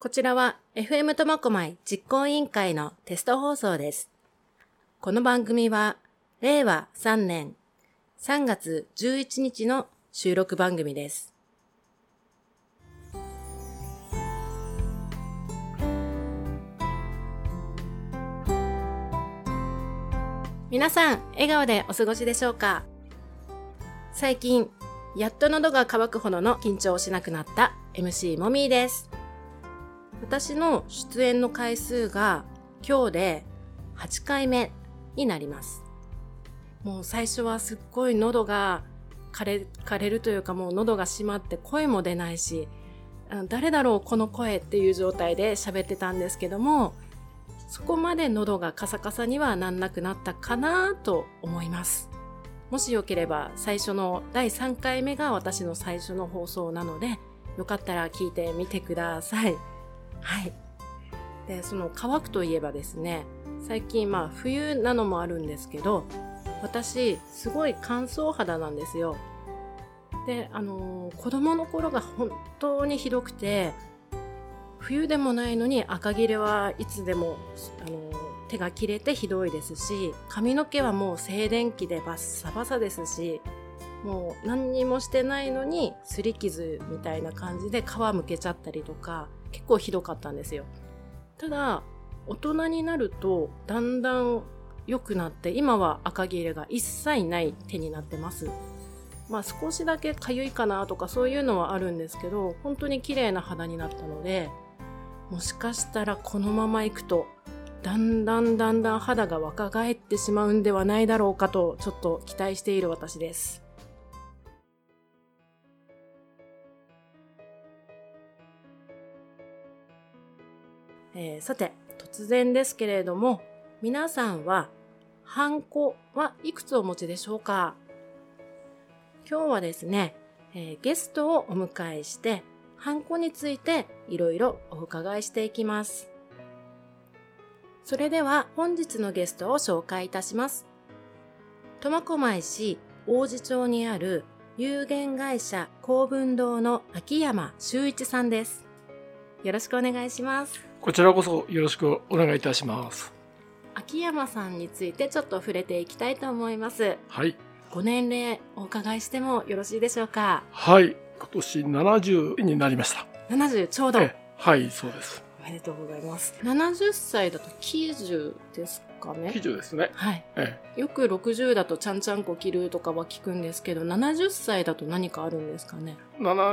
こちらは FM 苫小牧実行委員会のテスト放送です。この番組は令和3年3月11日の収録番組です。皆さん、笑顔でお過ごしでしょうか？最近、やっと喉が渇くほどの緊張をしなくなった MC もみーです。私の出演の回数が今日で8回目になります。もう最初はすっごい喉が枯れるというか、もう喉が閉まって声も出ないし、誰だろうこの声っていう状態で喋ってたんですけども、そこまで喉がカサカサにはなんなくなったかなと思います。もしよければ最初の第3回目が私の最初の放送なので、よかったら聞いてみてください。はい。で、その乾くといえばですね、最近冬なのもあるんですけど、私すごい乾燥肌なんですよ。で、子供の頃が本当にひどくて、冬でもないのに赤切れはいつでも手が切れてひどいですし、髪の毛はもう静電気でバッサバサですし、もう何にもしてないのに擦り傷みたいな感じで皮むけちゃったりとか、結構ひどかったんですよ。ただ大人になるとだんだん良くなって、今は赤切れが一切ない手になってます。少しだけ痒いかなとかそういうのはあるんですけど、本当に綺麗な肌になったので、もしかしたらこのままいくとだんだん肌が若返ってしまうんではないだろうかと、ちょっと期待している私です。さて、突然ですけれども、皆さんはハンコはいくつお持ちでしょうか？今日はですね、ゲストをお迎えしてハンコについていろいろお伺いしていきます。それでは本日のゲストを紹介いたします。苫小牧市王子町にある有限会社幸文堂の秋山修一さんです。よろしくお願いします。 こちらこそよろしくお願いいたします。 秋山さんについてちょっと触れていきたいと思います。 はい。 ご年齢お伺いしてもよろしいでしょうか？ はい。今年70になりました。 70ちょうど。 はい、そうです。 おめでとうございます。70歳だと90ですかね。 90ですね。 はい。よく60だとちゃんちゃんこ着るとかは聞くんですけど、70歳だと何かあるんですかね。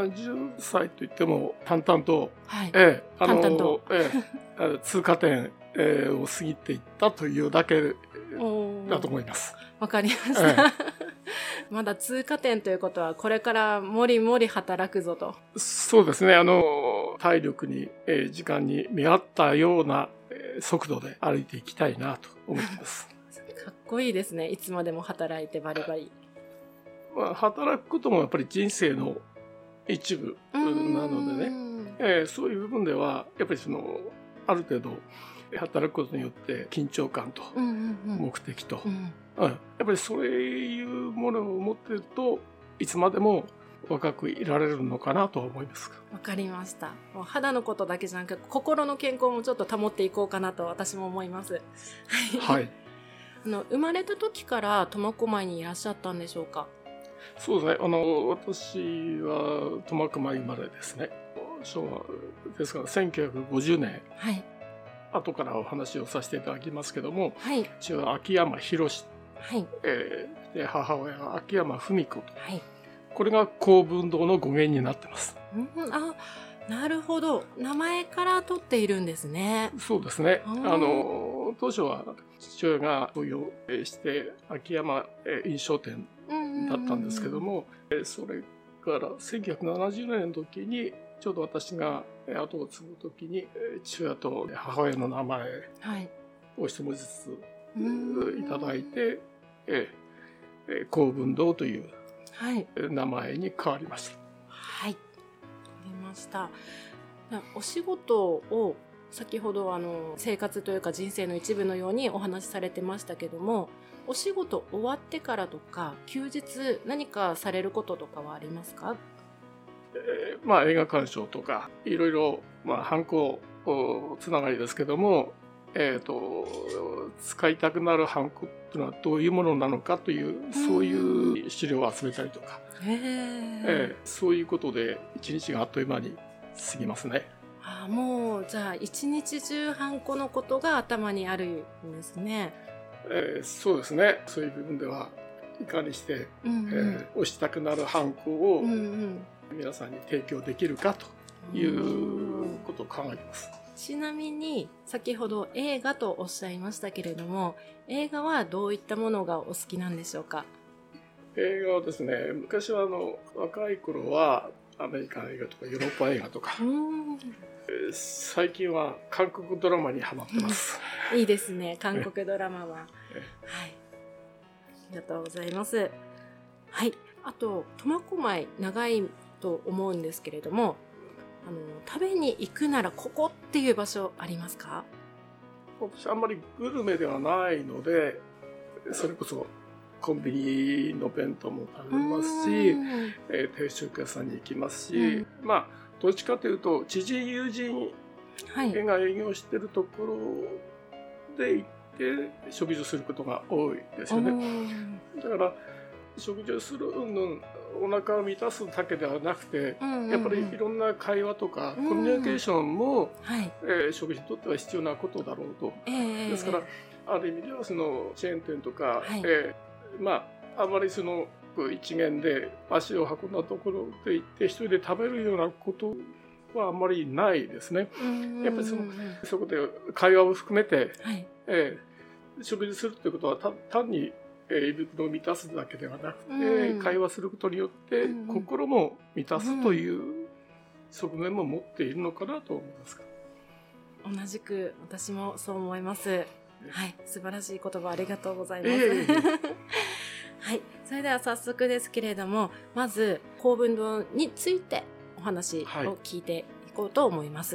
70歳といっても淡々と、 はい。淡々と、 通過点、を過ぎていったというだけだと思います。 わかりました。まだ通過点ということは、これからもりもり働くぞと。 そうですね。体力に、時間に見合ったような、速度で歩いていきたいなと思っています。 かっこいいですね。いつまでも働いてバリバリ。 働くこともやっぱり人生の一部なのでね、そういう部分ではやっぱりある程度働くことによって緊張感と目的と、やっぱりそういうものを持っているといつまでも若くいられるのかなと思います。 わかりました。もう肌のことだけじゃなくて心の健康もちょっと保っていこうかなと私も思います。 はい。 生まれた時から苫小牧にいらっしゃったんでしょうか？ そうですね。私は苫小牧生まれですね。昭和ですから1950年。 はい。 後からお話をさせていただきますけども、 はい、 父は秋山博、 はい、 で母親は秋山文子と、 はい、 これが幸文堂の語源になってます。 あ、なるほど。名前から取っているんですね。 そうですね。当初は父親が創業して秋山印象店だったんですけども、それから1970年の時にちょうど私が後を継ぐときに父親と母親の名前を一文字ずついただいて、幸文堂という名前に変わりました。 はい、わかりました。お仕事を先ほど生活というか人生の一部のようにお話しされてましたけども、お仕事終わってからとか休日何かされることとかはありますか？ 映画鑑賞とかいろいろハンコつながりですけども、使いたくなるハンコっていうのはどういうものなのかという、そういう資料を集めたりとか、そういうことで一日があっという間に過ぎますね。 もうじゃあ一日中ハンコのことが頭にあるんですね。 そうですね。そういう部分ではいかにして、押したくなるハンコを皆さんに提供できるかということを考えています。 ちなみに先ほど映画とおっしゃいましたけれども、映画はどういったものがお好きなんでしょうか？ 映画はですね、昔は若い頃はアメリカ映画とかヨーロッパ映画とか、最近は韓国ドラマにハマってます。 いいですね、韓国ドラマは。はい、ありがとうございます。はい、あと苫小牧長いと思うんですけれども、食べに行くならここっていう場所ありますか？ 私あんまりグルメではないので、それこそコンビニの弁当も食べますし、定食屋さんに行きますし、どっちかというと知人友人が営業してるところで行って食事をすることが多いですよね。だから食事をするお腹を満たすだけではなくて、やっぱりいろんな会話とかコミュニケーションも、食事にとっては必要なことだろうと。ですからある意味ではそのチェーン店とか、あまりその一元で足を運んだところで行って一人で食べるようなことはあんまりないですね。やっぱりそこで会話を含めて、食事するということは単に胃袋を満たすだけではなくて、会話することによって心も満たすという側面も持っているのかなと思います。 同じく私もそう思います。はい、素晴らしい言葉ありがとうございます。はい、それでは早速ですけれども、まず幸文堂についてお話を聞いていこうと思います。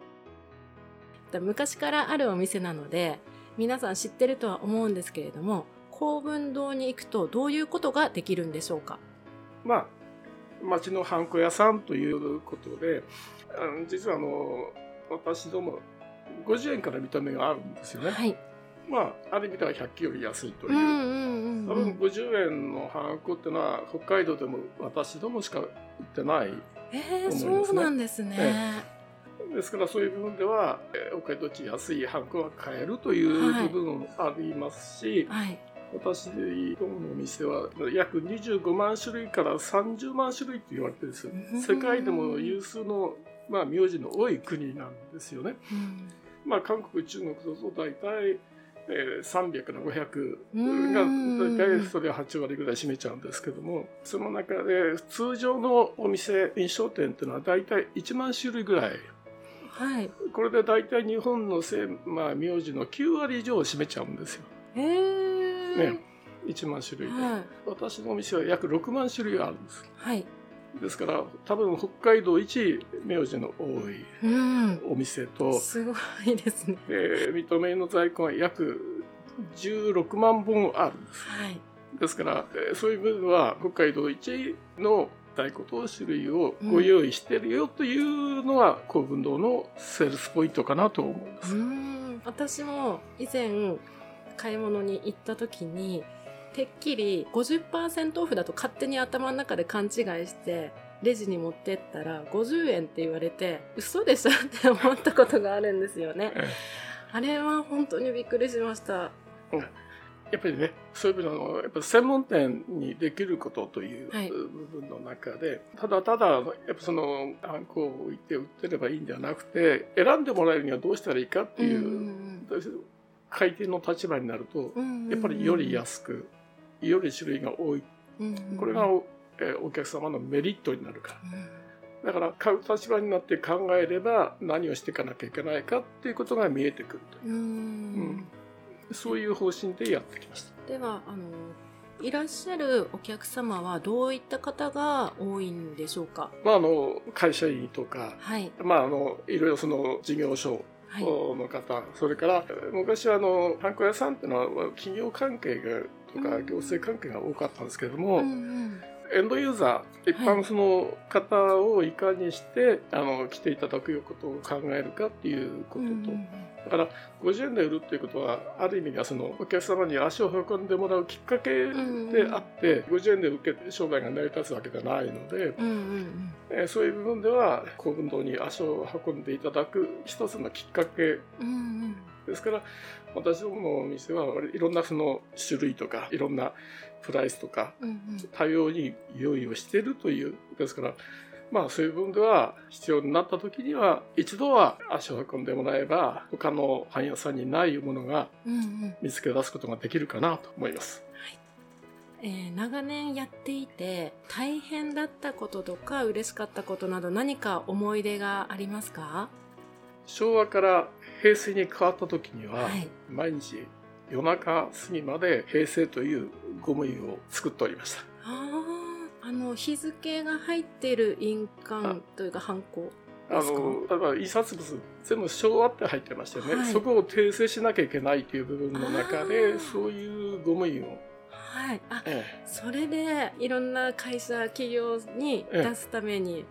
昔からあるお店なので皆さん知ってるとは思うんですけれども、幸文堂に行くとどういうことができるんでしょうか？ 町のハンコ屋さんということで、実は私ども50円から認めがあるんですよね。ある意味では100より安いという、多分50円のハンコっていうのは北海道でも私どもしか売ってないと思うんですね。 そうなんですね。 ですからそういう部分では北海道一安いハンコが買えるという部分もありますし、私どものお店は約25万種類から30万種類と言われてるんですよ。世界でも有数の名字の多い国なんですよね。韓国中国と大体300から500が大体それは8割ぐらい占めちゃうんですけども、その中で通常のお店飲食店っていうのは大体1万種類ぐらい、これで大体日本の名字の9割以上を占めちゃうんですよ。1万種類で、私のお店は約6万種類あるんです。ですから多分北海道一名字の多いお店と、 すごいですね。 認めの在庫が約16万本あるんです。ですからそういう部分では北海道一の在庫と種類をご用意してるよというのが幸文堂のセールスポイントかなと思います。 私も以前買い物に行った時にてっきり 50% オフだと勝手に頭の中で勘違いしてレジに持ってったら50円って言われて嘘でしょって思ったことがあるんですよね。あれは本当にびっくりしました。 やっぱりね、そういうのやっぱ専門店にできることという部分の中で、ただやっぱそのハンコを置いて売ってればいいんではなくて、選んでもらえるにはどうしたらいいかっていう、買い手の立場になると、やっぱりより安くより種類が多い、これがお客様のメリットになるから、だから買う立場になって考えれば何をしていかなきゃいけないかっていうことが見えてくるという、そういう方針でやってきました。 ではいらっしゃるお客様はどういった方が多いんでしょうか？ 会社員とか、いろいろその事業所の方、それから昔はハンコ屋さんっていうのは企業関係がとか行政関係が多かったんですけれども、 エンドユーザー、一般その方をいかにして来ていただくことを考えるかっていうことと、だから50円で売るっていうことはある意味ではそのお客様に足を運んでもらうきっかけであって、50円で受け商売が成り立つわけではないので、そういう部分では幸運堂に足を運んでいただく一つのきっかけですから、私どものお店はいろんなその種類とかいろんなプライスとか多様に用意をしているというですから、そういう部分では必要になった時には一度は足を運んでもらえば他のパン屋さんにないものが見つけ出すことができるかなと思います。 長年やっていて大変だったこととか嬉しかったことなど何か思い出がありますか？ 昭和から平成に変わった時には、毎日夜中過ぎまで平成というゴム印を作っておりました。 日付が入っている印鑑というかハンコですか？ 例えば印刷物全部昭和って入ってましたよね、そこを訂正しなきゃいけないという部分の中でそういうゴム印を、 それでいろんな会社企業に出すために、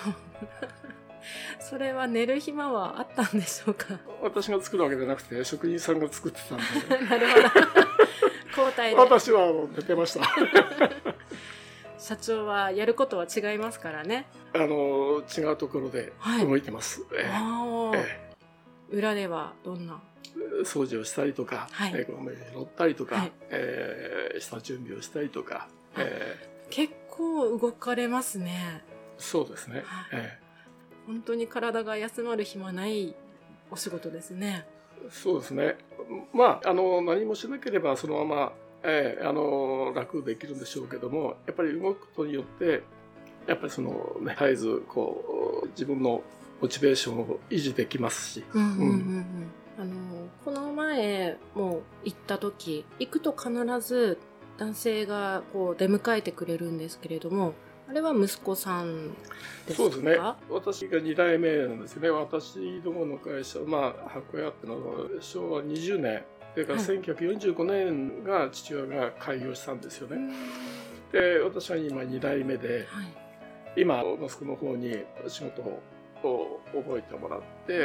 それは寝る暇はあったんでしょうか？ 私が作るわけじゃなくて職人さんが作ってたんでなるほど交代で私は寝てました社長はやることは違いますからね。 違うところで動いてます、 裏ではどんな掃除をしたりとか、ゴムに乗ったりとか、下準備をしたりとか、 結構動かれますね。 そうですね、 本当に体が休まる暇ないお仕事ですね。 そうですね。何もしなければそのまま、楽できるんでしょうけども、やっぱり動くことによってやっぱりそのね絶えず自分のモチベーションを維持できますし、 この前も行った時行くと必ず男性が出迎えてくれるんですけれども、あれは息子さんですか？ そうですね。私が2代目なんですね。私どもの会社、箱屋ってのは昭和20年、それから1945年が父親が開業したんですよね。で、私は今2代目で、今息子の方に仕事を覚えてもらって、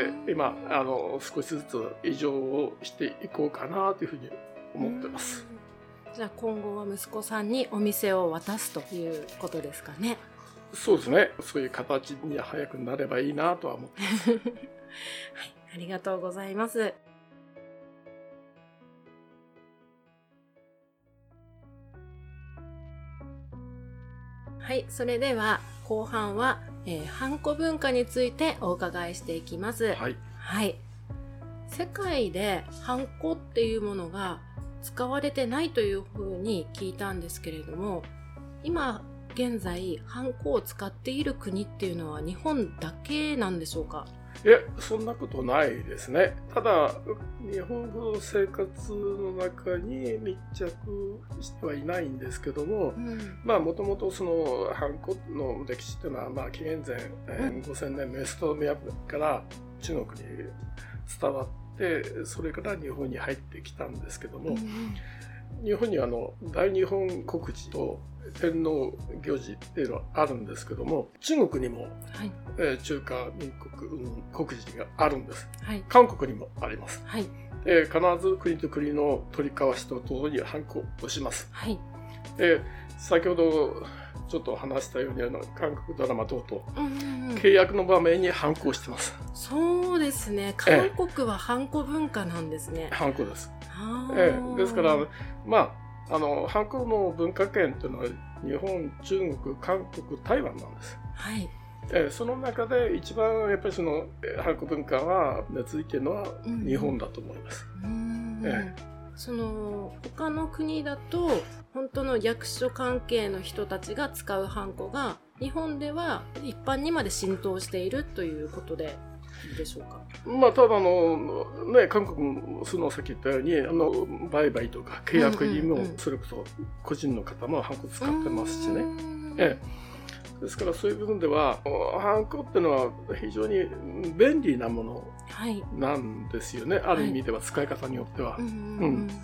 今少しずつ移乗をしていこうかなというふうに思ってます。 じゃあ今後は息子さんにお店を渡すということですかね？ そうですね。そういう形に早くなればいいなとは思ってます。 ありがとうございます。それでは後半は、ハンコ文化についてお伺いしていきます。世界でハンコっていうものが使われてないというふうに聞いたんですけれども、今現在ハンコを使っている国っていうのは日本だけなんでしょうか？ そんなことないですね。ただ日本の生活の中に密着してはいないんですけども、もともとそのハンコの歴史っていうのは、紀元前、5000年メソポタミアから中国に伝わって、それから日本に入ってきたんですけども、日本には大日本国寺と天皇御寺っていうのはあるんですけども、中国にも、中華民国、国寺があるんです、韓国にもあります、必ず国と国の取り交わしとともにハンコをします、で先ほどちょっと話したように韓国ドラマ等々、契約の場面にハンコをしてます。 そうですね。韓国はハンコ文化なんですね。 ハンコです。ですからハンコの文化圏というのは日本、中国、韓国、台湾なんです。その中で一番やっぱりそのハンコ文化が根付いているのは日本だと思います。 その他の国だと本当の役所関係の人たちが使うハンコが日本では一般にまで浸透しているということでいいでしょうか？ ただ韓国もそのさっき言ったように売買とか契約にもそれこそ個人の方もハンコ使ってますしね。ですからそういう部分ではハンコっていうのは非常に便利なものなんですよね、ある意味では使い方によっては。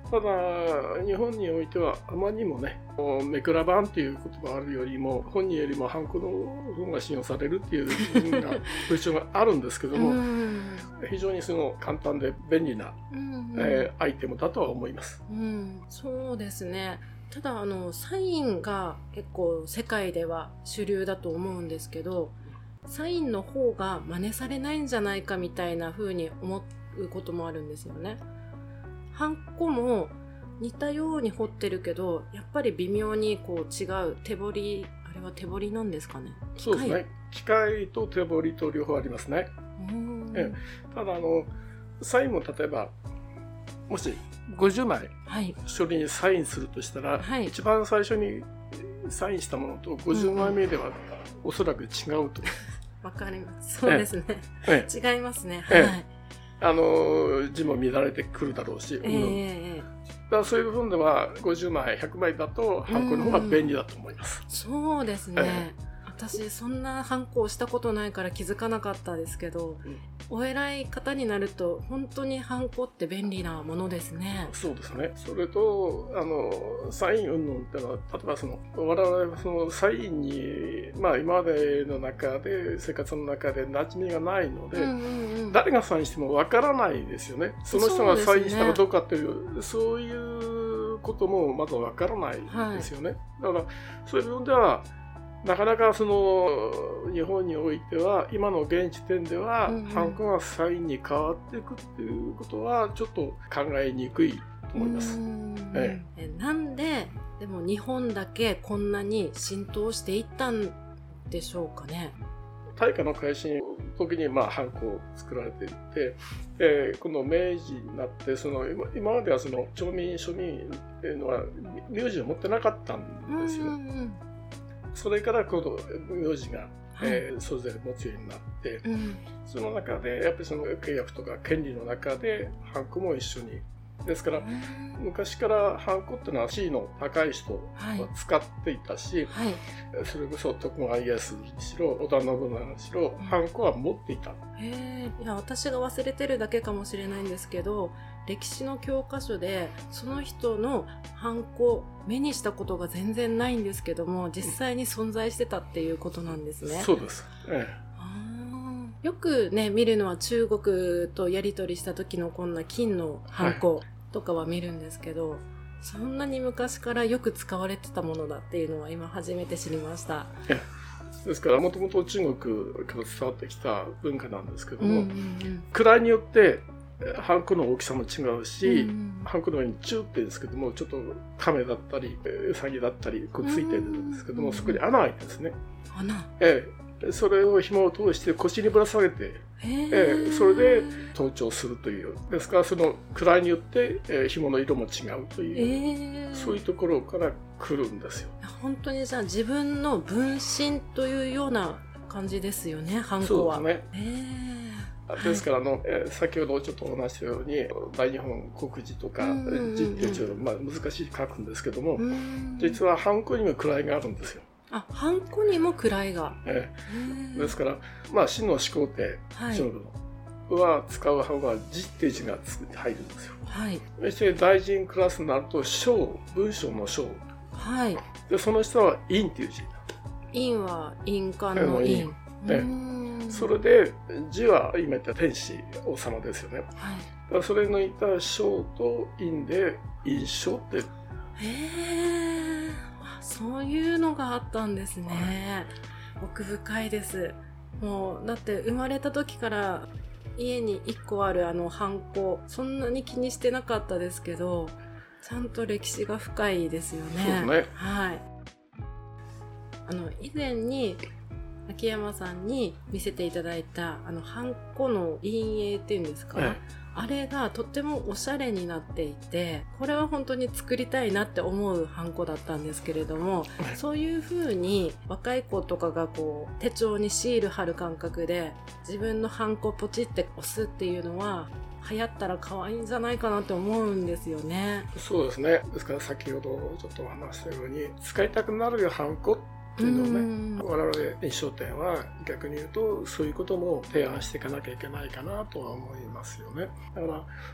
ただ日本においてはあまりにもね、めくら版っていう言葉があるよりも本人よりもハンコの方が信用されるっていう風な風潮があるんですけども、非常にその簡単で便利な、アイテムだとは思います。 そうですね。ただサインが結構世界では主流だと思うんですけど、サインの方が真似されないんじゃないかみたいな風に思うこともあるんですよね。ハンコも似たように彫ってるけど、やっぱり微妙にこう違う。手彫り、あれは手彫りなんですかね。 そうですね。機械と手彫りと両方ありますね。ただサインも例えばもし50枚書類にサインするとしたら、一番最初にサインしたものと50枚目ではおそらく違うと思います。 わかります。そうですね。違いますね。 字も乱れてくるだろうし、だからそういう部分では50枚100枚だとハンコの方が便利だと思います。 そうですね。私そんなハンコをしたことないから気づかなかったですけど、お偉い方になると本当にハンコって便利なものですね。 そうですね。それとサイン云々ってのは、例えば我々はそのサインに今までの中で生活の中で馴染みがないので、誰がサインしてもわからないですよね。その人がサインしたかどうかっていうそういうこともまだわからないですよね。だからそういう部分ではなかなかその日本においては今の現時点ではハンコがサインに変わっていくっていうことはちょっと考えにくいと思います。 なんででも日本だけこんなに浸透していったんでしょうかね。 大化の改新の時にハンコを作られていて、この明治になって今まではその町民庶民っていうのは名字を持ってなかったんですよね。それからこの名字が、それぞれ持つようになって、その中でやっぱりその契約とか権利の中でハンコも一緒に。ですから昔からハンコっていうのは地位の高い人は使っていたし、それこそ徳川家康にしろ織田信長にしろハンコは持っていた。 いや、私が忘れてるだけかもしれないんですけど、歴史の教科書でその人のハンコ目にしたことが全然ないんですけども、実際に存在してたっていうことなんですね。 そうです。 よくね見るのは中国とやり取りした時のこんな金のハンコとかは見るんですけど、そんなに昔からよく使われてたものだっていうのは今初めて知りました。 ですからもともと中国から伝わってきた文化なんですけども、位によってハンコの大きさも違うし、ハンコの上にチューって言うんですけども、ちょっと亀だったりウサギだったりこうついてるんですけども、そこに穴が開いてるんですね。それを紐を通して腰にぶら下げて、それで登頂するという。ですからその位によって、紐の色も違うという、そういうところから来るんですよ。 本当にじゃあ自分の分身というような感じですよね、ハンコは。 そうですね。ですから先ほどちょっとお話したように大日本国字とか字っていう難しい書くんですけども、実はハンコにも位があるんですよ。 ハンコにも位が。 ですから秦の始皇帝秦のは使う方が字っていう字が入るんですよ。そして大臣クラスになると章、文章の章。でその下は印っていう字。 印は印鑑の印。 それで字は今言った天子王様ですよね。それのいた章と印で印章って。 そういうのがあったんですね。奥深いです。もうだって生まれた時から家に1個あるハンコ、そんなに気にしてなかったですけど、ちゃんと歴史が深いですよね。 そうですね。 以前に秋山さんに見せていただいたハンコの陰影っていうんですか、あれがとってもおしゃれになっていて、これは本当に作りたいなって思うハンコだったんですけれども、そういう風に若い子とかがこう手帳にシール貼る感覚で自分のハンコポチって押すっていうのは流行ったら可愛いんじゃないかなって思うんですよね。 そうですね。ですから先ほどちょっとお話したように使いたくなるよハンコっていうのをね、我々印象店は逆に言うとそういうことも提案していかなきゃいけないかなとは思いますよね。だから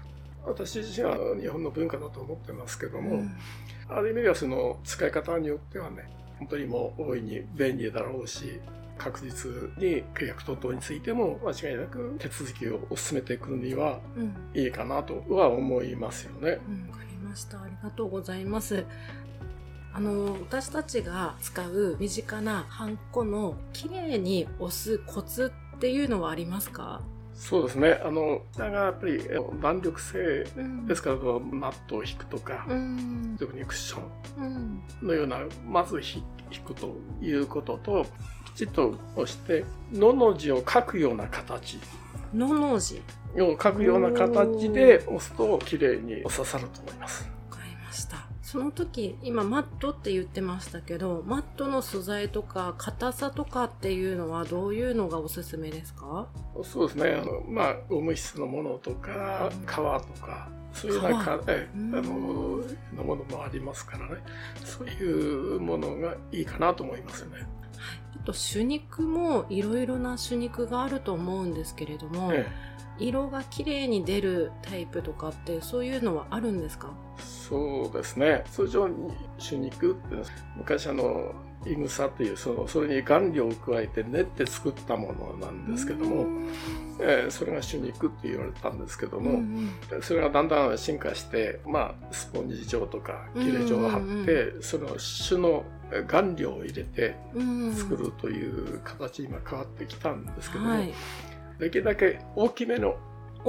私自身は日本の文化だと思ってますけども、ある意味ではその使い方によってはね、本当にもう大いに便利だろうし、確実に契約等々についても間違いなく手続きを進めていくにはいいかなとは思いますよね。 わかりました。ありがとうございます。私たちが使う身近なハンコの綺麗に押すコツっていうのはありますか？ そうですね。下がやっぱり弾力性ですから、マットを引くとか、特にクッションのような、まず引くということと、きちっと押してのの字を書くような形。 のの字を書くような形で押すと綺麗に刺さると思います。 わかりました。その時今マットって言ってましたけど、マットの素材とか硬さとかっていうのはどういうのがおすすめですか？ そうですね。ゴム質のものとか革とかそういうなんかのものもありますからね。そういうものがいいかなと思いますよね。 あと手肉もいろいろな手肉があると思うんですけれども、色が綺麗に出るタイプとかってそういうのはあるんですか？ そうですね。通常に手肉って昔いぐさというそれに顔料を加えて練って作ったものなんですけども、それが手肉って言われたんですけども、それがだんだん進化して、スポンジ状とか切れ状を貼って、その種の顔料を入れて作るという形に今変わってきたんですけども、できるだけ大きめの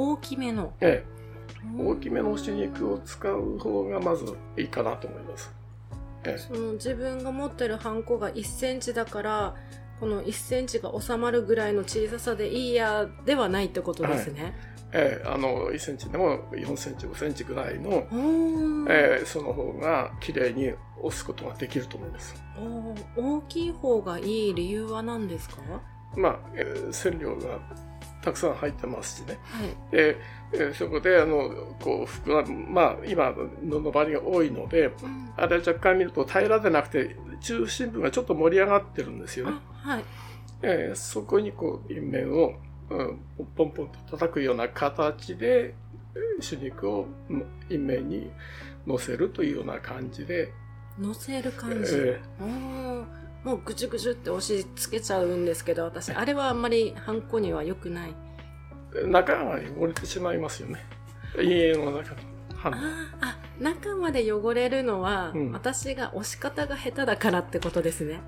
手肉を使う方がまずいいかなと思います。 その自分が持ってるハンコが1センチだからこの1センチが収まるぐらいの小ささでいいやではないってことですね。 1センチでも4センチ5センチぐらいの、その方が綺麗に押すことができると思います。 大きい方がいい理由は何ですか？ 染料がたくさん入ってますしね。そこでこう膨らむ、今の張りが多いので、あれ若干見ると平らでなくて中心部がちょっと盛り上がってるんですよね。そこにこう印面を、ポンポンと叩くような形で手肉を印面に乗せるというような感じで。 乗せる感じ。もうぐちゅぐちゅって押し付けちゃうんですけど、私あれはあんまりハンコには良くない。 中が汚れてしまいますよね。家の中の中まで汚れるのは、私が押し方が下手だからってことですね。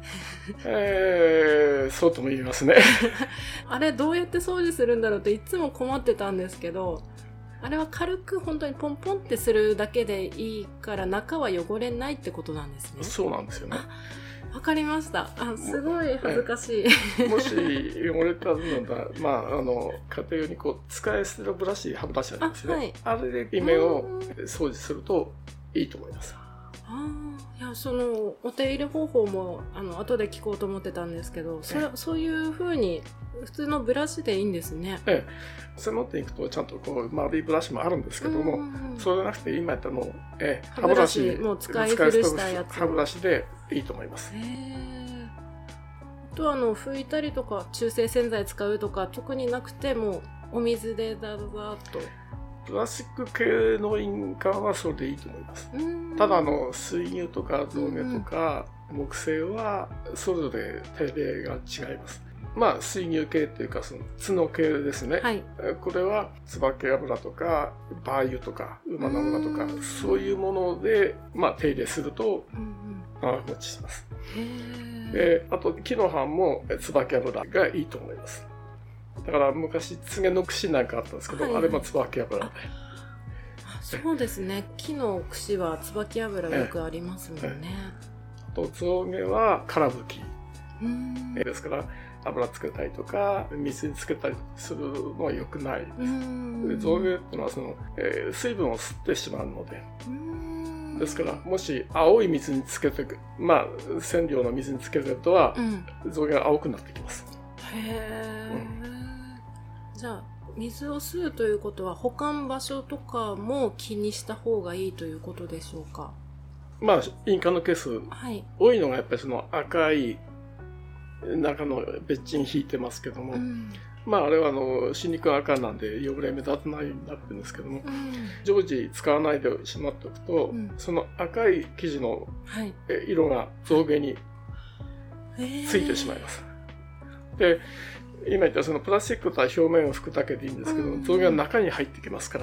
そうとも言いますね。 あれどうやって掃除するんだろうっていつも困ってたんですけど、あれは軽く本当にポンポンってするだけでいいから中は汚れないってことなんですね。 そうなんですよね。 わかりました。すごい恥ずかしい。 もし汚れたのだ、家庭用にこう使い捨てのブラシ、歯ブラシありますね。あれで印面を掃除するといいと思います。 いや、そのお手入れ方法も後で聞こうと思ってたんですけど、そういう風に普通のブラシでいいんですね。 専門店行くとちゃんとこう丸いブラシもあるんですけども、そうじゃなくて今やったの歯ブラシもう使い古したやつ、 歯ブラシでいいと思います。 あと拭いたりとか中性洗剤使うとか特になくてもお水でだだっと。 プラスチック系の印鑑はそれでいいと思います。ただ水牛とか象牙とか木製はそれぞれ手入れが違います。水牛系というかその角系ですね。これは椿油とか馬油とか馬の油とかそういうもので手入れすると長持ちします。あと木の葉も椿油がいいと思います。だから昔柘の櫛なんかあったんですけど、あれも椿油で。 そうですね。木の櫛は椿油よくありますもんね。 あと象牙はからぶきですから油つけたりとか水につけたりするのは良くないです。象牙っていうのは水分を吸ってしまうので。ですからもし青い水につけて染料の水につけるとは象牙が青くなってきます。 じゃあ水を吸うということは保管場所とかも気にした方がいいということでしょうか？ 印鑑のケース、多いのがやっぱりその赤い中の別鎮引いてますけども、 あれは歯肉が赤なんで汚れ目立たないようになってるんですけども、常時使わないでしまっておくと、その赤い生地の色が象牙についてしまいます。で、今言ったそのプラスチックとは表面を拭くだけでいいんですけど、象牙は中に入ってきますから、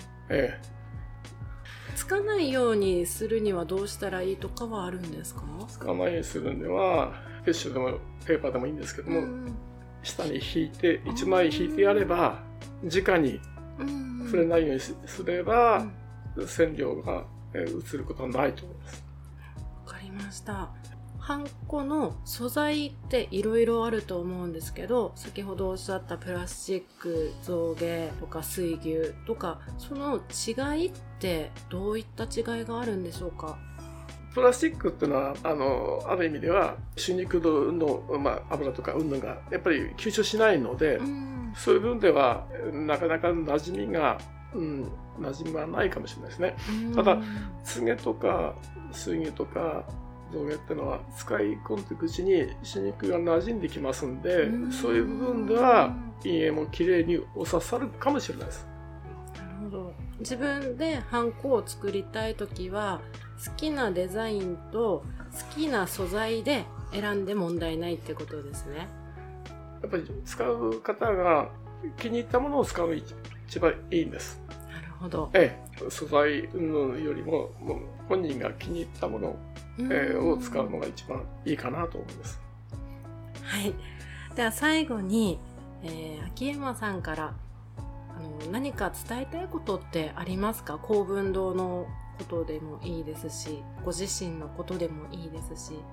つかないようにするにはどうしたらいいとかはあるんですか？ つかないようにするにはティッシュでもペーパーでもいいんですけども、下に引いて1枚引いてやれば直に触れないようにすれば染料が移ることはないと思います。 わかりました。ハンコの素材っていろいろあると思うんですけど、先ほどおっしゃったプラスチック、象牙とか水牛とか、その違いってどういった違いがあるんでしょうか？ プラスチックっていうのはある意味では歯肉の、油とか云々がやっぱり吸収しないので、そういう分ではなかなか馴染みがないかもしれないですね。ただツゲとか水牛とか象牙っていうのは使い込んでいくうちに歯肉が馴染んできますんで、そういう部分では陰影もきれいに収さるかもしれないです。 なるほど。自分でハンコを作りたいときは好きなデザインと好きな素材で選んで問題ないってことですね。 やっぱり使う方が気に入ったものを使うのが一番いいんです。 なるほど。 素材のよりも本人が気に入ったものを使うのが一番いいかなと思います。 はい。では最後に、秋山さんから何か伝えたいことってありますか？高文堂のことでもいいですし、ご自身のことでもいいですし。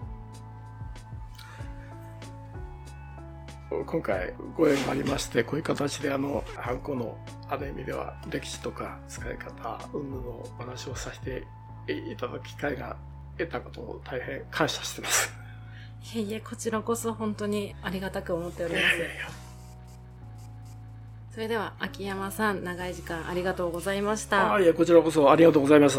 今回ご縁がありまして、こういう形でハンコのある意味では歴史とか使い方云々のお話をさせていただく機会が得たことを大変感謝してます。 いえいえ、こちらこそ本当にありがたく思っております。それでは秋山さん、長い時間ありがとうございました。 いえ、こちらこそありがとうございました。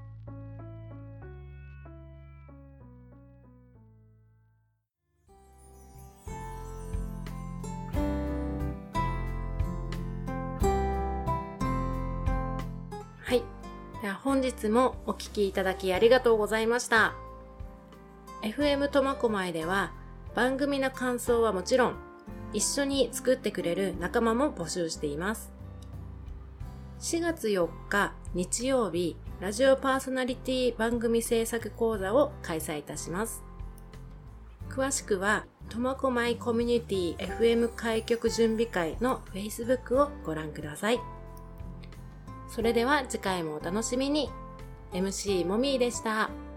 はい。では本日もお聞きいただきありがとうございました。FM 苫小牧では番組の感想はもちろん、一緒に作ってくれる仲間も募集しています。4月4日日曜日、ラジオパーソナリティ番組制作講座を開催いたします。詳しくは、苫小牧コミュニティ FM 開局準備会の Facebook をご覧ください。それでは次回もお楽しみに。MC もみーでした。